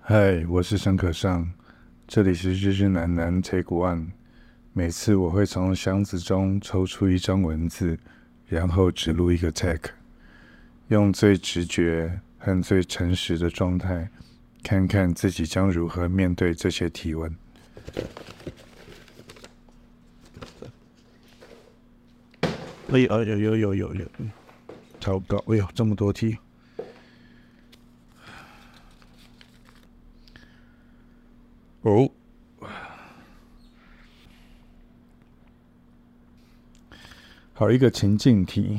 嗨，我是沈可尚，这里是日日南南 Take One。每次我会从箱子中抽出一张文字，然后指录一个 take，用最直觉和最诚实的状态，看看自己将如何面对这些提问。有，超高！哎呦，这么多题。哦，好，一个情境题，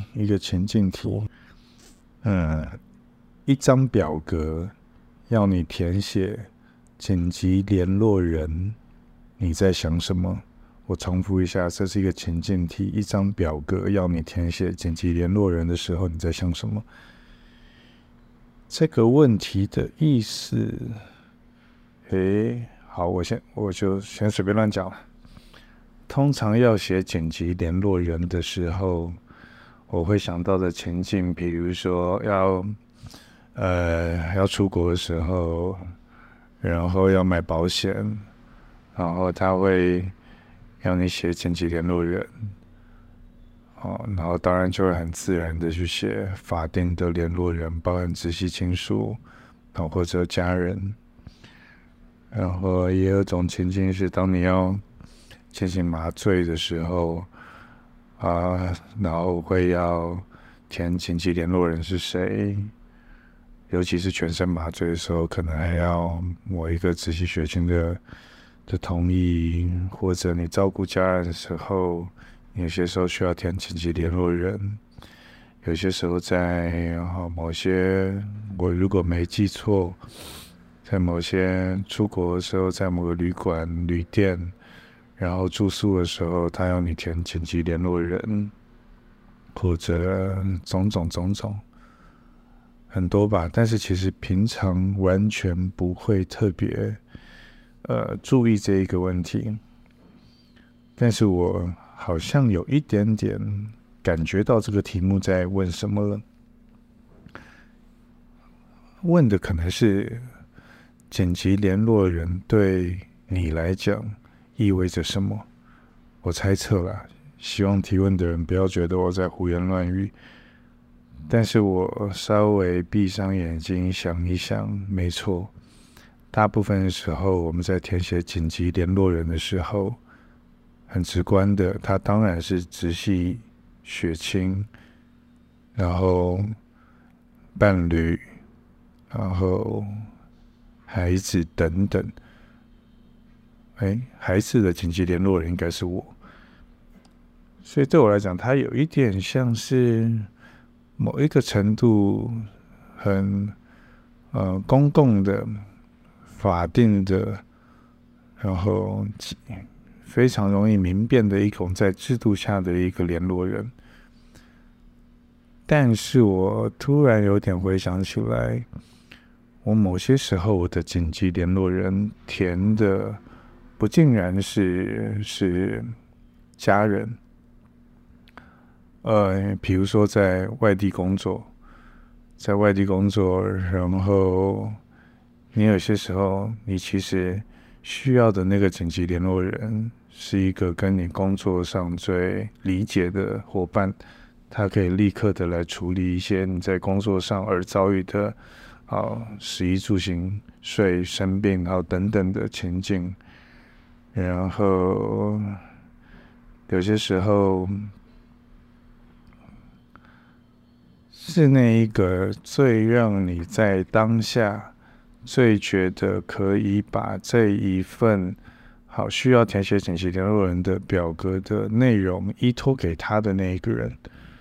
一张表格要你填写紧急联络人，你在想什么？我重复一下，这是一个情境题，一张表格要你填写紧急联络人的时候，你在想什么？这个问题的意思，好，我就先随便乱讲了。通常要写紧急联络人的时候，我会想到的情境，比如说要出国的时候，然后要买保险，然后他会要你写紧急联络人，然后当然就会很自然的去写法定的联络人，包含直系亲属，或者家人。然后也有种情境是，当你要进行麻醉的时候，然后会要填紧急联络人是谁，尤其是全身麻醉的时候，可能还要某一个直系血亲的同意，或者你照顾家人的时候，有些时候需要填紧急联络人。有些时候在某些，我如果没记错，在某些出国的时候，在某个旅馆、旅店，然后住宿的时候，他要你填紧急联络人，或者种种很多吧。但是其实平常完全不会特别注意这一个问题。但是我好像有一点点感觉到这个题目在问什么了。问的可能是紧急联络人对你来讲意味着什么？我猜测啦，希望提问的人不要觉得我在胡言乱语。但是我稍微闭上眼睛想一想，没错，大部分的时候我们在填写紧急联络人的时候，很直观的，他当然是直系血亲，然后伴侣，然后孩子等等。孩子的紧急联络人应该是我，所以对我来讲，它有一点像是某一个程度很公共的、法定的，然后非常容易明辨的一种在制度下的一个联络人。但是我突然有点回想起来，我某些时候我的紧急联络人填的不尽然是家人，比如说在外地工作，然后你有些时候你其实需要的那个紧急联络人是一个跟你工作上最理解的伙伴，他可以立刻的来处理一些你在工作上而遭遇的食衣住行睡生病等等的情境。然后有些时候是那一个最让你在当下最觉得可以把这一份需要填写紧急联络人的表格的内容依托给他的那一个人。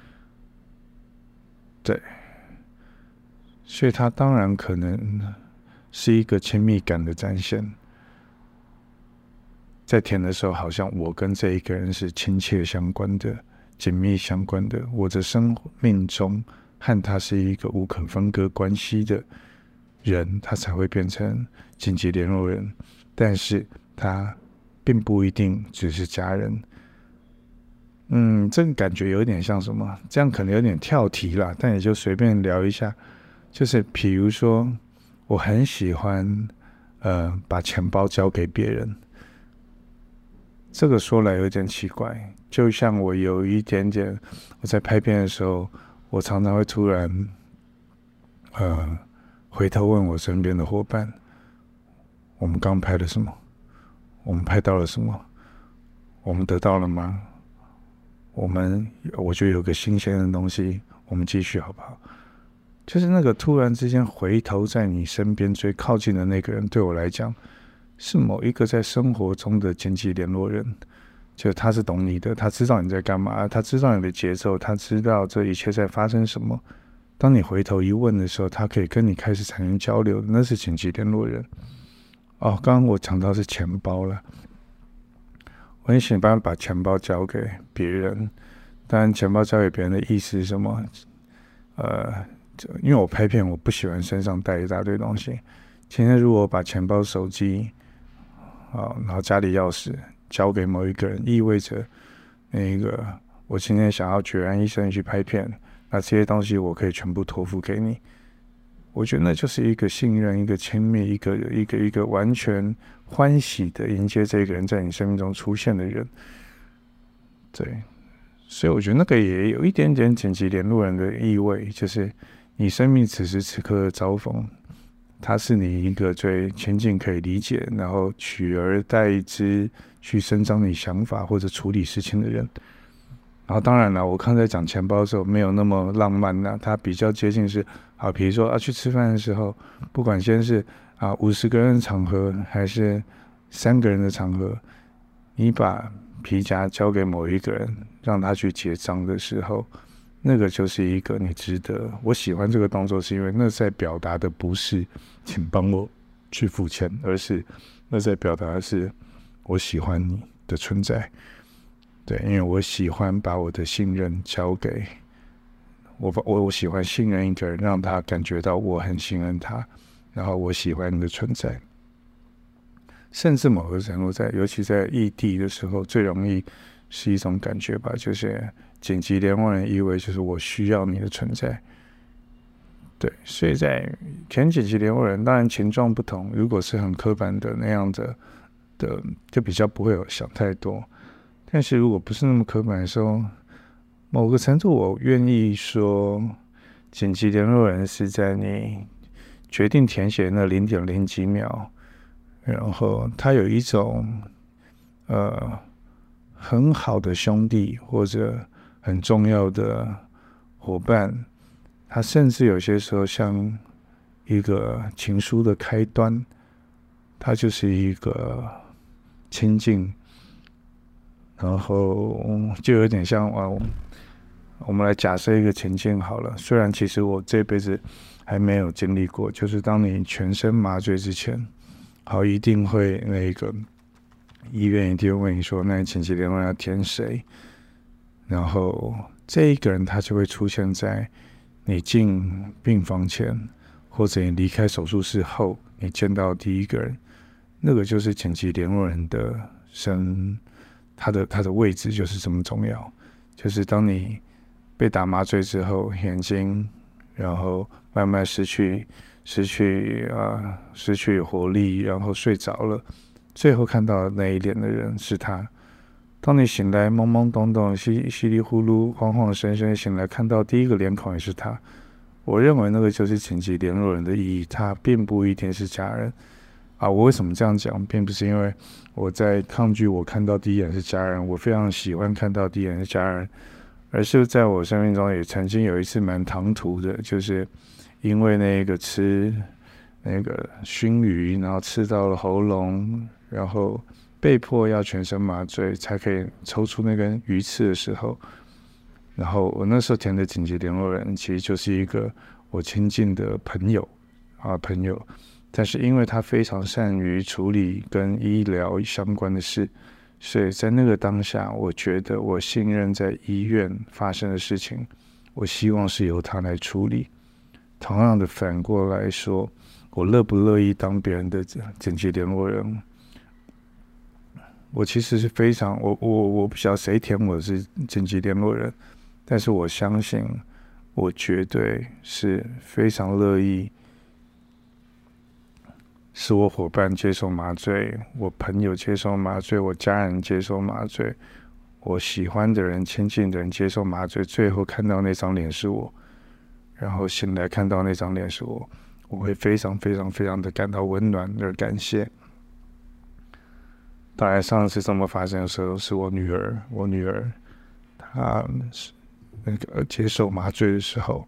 对，所以他当然可能是一个亲密感的展现。在填的时候，好像我跟这一个人是亲切相关的、紧密相关的，我的生命中和他是一个无可分割关系的人，他才会变成紧急联络人。但是他并不一定只是家人。这个感觉有点像什么？这样可能有点跳题啦，但也就随便聊一下。就是比如说，我很喜欢把钱包交给别人。这个说来有点奇怪，就像我有一点点，我在拍片的时候，我常常会突然回头问我身边的伙伴，我们刚拍了什么？我们拍到了什么？我们得到了吗？我觉得有个新鲜的东西，我们继续好不好？就是那个突然之间回头在你身边最靠近的那个人，对我来讲是某一个在生活中的紧急联络人，就他是懂你的，他知道你在干嘛，他知道你的节奏，他知道这一切在发生什么。当你回头一问的时候，他可以跟你开始产生交流的，那是紧急联络人。刚刚我讲到是钱包了，我很喜欢把钱包交给别人，当然钱包交给别人的意思是什么？因为我拍片，我不喜欢身上带一大堆东西。今天如果我把钱包、手机，然后家里钥匙交给某一个人，意味着我今天想要决然一生去拍片，那这些东西我可以全部托付给你。我觉得那就是一个信任、一个亲密、一个完全欢喜的迎接这个人在你生命中出现的人。对，所以我觉得那个也有一点点紧急联络人的意味，就是你生命此时此刻的遭逢，他是你一个最亲近可以理解，然后取而代之去伸张你想法或者处理事情的人。然后当然了，我刚才讲钱包的时候没有那么浪漫啦，它比较接近是比如说去吃饭的时候，不管先是50个人的场合还是3个人的场合，你把皮夹交给某一个人，让他去结账的时候，那个就是一个你值得。我喜欢这个动作，是因为那在表达的不是请帮我去付钱，而是那在表达的是我喜欢你的存在。对，因为我喜欢把我的信任交给我喜欢信任一个人，让他感觉到我很信任他，然后我喜欢你的存在。甚至某个程度尤其在异地的时候，最容易是一种感觉吧，就是紧急联络人意味就是我需要你的存在。对，所以在填紧急联络人，当然情状不同，如果是很刻板的那样的就比较不会有想太多。但是如果不是那么刻板的时候，某个程度我愿意说，紧急联络人是在你决定填写那0.0几秒，然后他有一种很好的兄弟或者很重要的伙伴，他甚至有些时候像一个情书的开端，他就是一个亲近。然后就有点像我们来假设一个情境好了。虽然其实我这辈子还没有经历过，就是当你全身麻醉之前，一定会医院一定会问你说，那紧急联络人要填谁？然后这一个人他就会出现在你进病房前，或者你离开手术室后，你见到第一个人，那个就是紧急联络人的他的位置就是这么重要。就是当你被打麻醉之后，眼睛然后慢慢失去活力，然后睡着了，最后看到的那一脸的人是他。当你醒来懵懵懂懂稀里呼噜晃晃神神醒来，看到第一个脸孔也是他。我认为那个就是紧急联络人的意义，他并不一定是家人。我为什么这样讲，并不是因为我在抗拒我看到第一眼是家人，我非常喜欢看到第一眼是家人，而是在我生命中也曾经有一次蛮唐突的，就是因为吃熏鱼，然后吃到了喉咙，然后被迫要全身麻醉才可以抽出那根鱼刺的时候，然后我那时候填的紧急联络人其实就是一个我亲近的朋友，但是因为他非常善于处理跟医疗相关的事，所以在那个当下，我觉得我信任在医院发生的事情，我希望是由他来处理。同样的反过来说，我乐不乐意当别人的紧急联络人？我其实是非常我不晓得谁填我是紧急联络人，但是我相信我绝对是非常乐意是我伙伴接受麻醉，我朋友接受麻醉，我家人接受麻醉，我喜欢的人、亲近的人接受麻醉，最后看到那张脸是我，然后醒来看到那张脸是我，我会非常非常非常的感到温暖而感谢。大概上次这么发生的时候，是我女儿她那个接受麻醉的时候，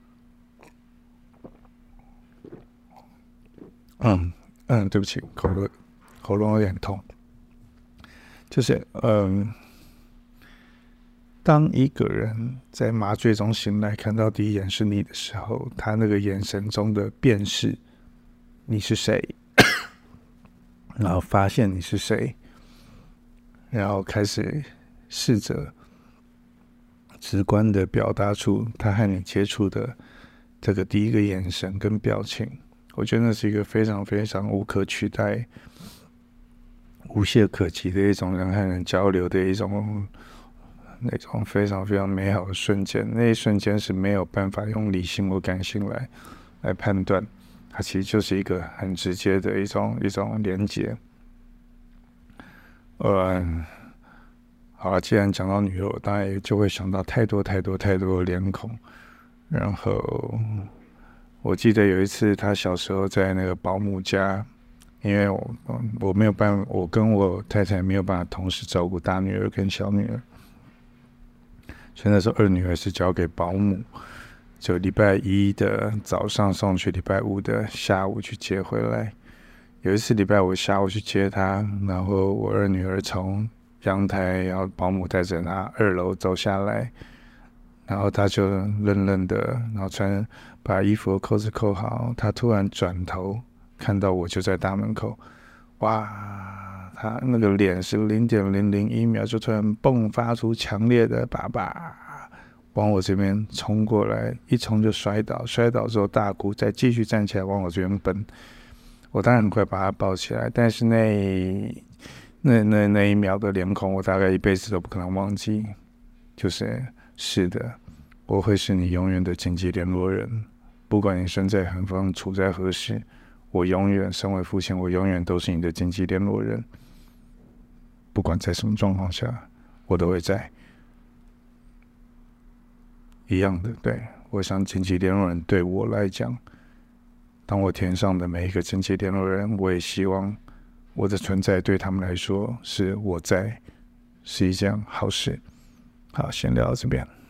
对不起，喉咙有点痛，就是当一个人在麻醉中醒来，看到第一眼是你的时候，他那个眼神中的辨识你是谁，然后发现你是谁，然后开始试着直观的表达出他和你接触的这个第一个眼神跟表情，我觉得那是一个非常非常无可取代、无懈可击的一种人和人交流的一种那种非常非常美好的瞬间。那一瞬间是没有办法用理性或感性来判断，它其实就是一个很直接的一种连结。好了，既然讲到女儿，我当然也就会想到太多太多太多的脸孔。然后我记得有一次，她小时候在那个保姆家，因为我没有办法，我跟我太太没有办法同时照顾大女儿跟小女儿，所以那时候二女儿是交给保姆，就礼拜一的早上送去，礼拜五的下午去接回来。有一次礼拜五下午去接她，然后我二女儿从阳台，然后保姆带着她2楼走下来，然后她就愣愣的，然后把衣服的扣子扣好，她突然转头看到我就在大门口，哇！她那个脸是0.001秒就突然迸发出强烈的爸爸，往我这边冲过来，一冲就摔倒，摔倒之后大哭，再继续站起来往我这边奔。我当然很快把她抱起来，但是那一秒的脸孔，我大概一辈子都不可能忘记。是的，我会是你永远的紧急联络人，不管你身在何方，处在何时，我永远身为父亲，我永远都是你的紧急联络人。不管在什么状况下，我都会在。一样的，对，我想紧急联络人对我来讲，当我填上的每一个紧急联络人，我也希望我的存在对他们来说是我在，是一件好事。好，先聊到这边。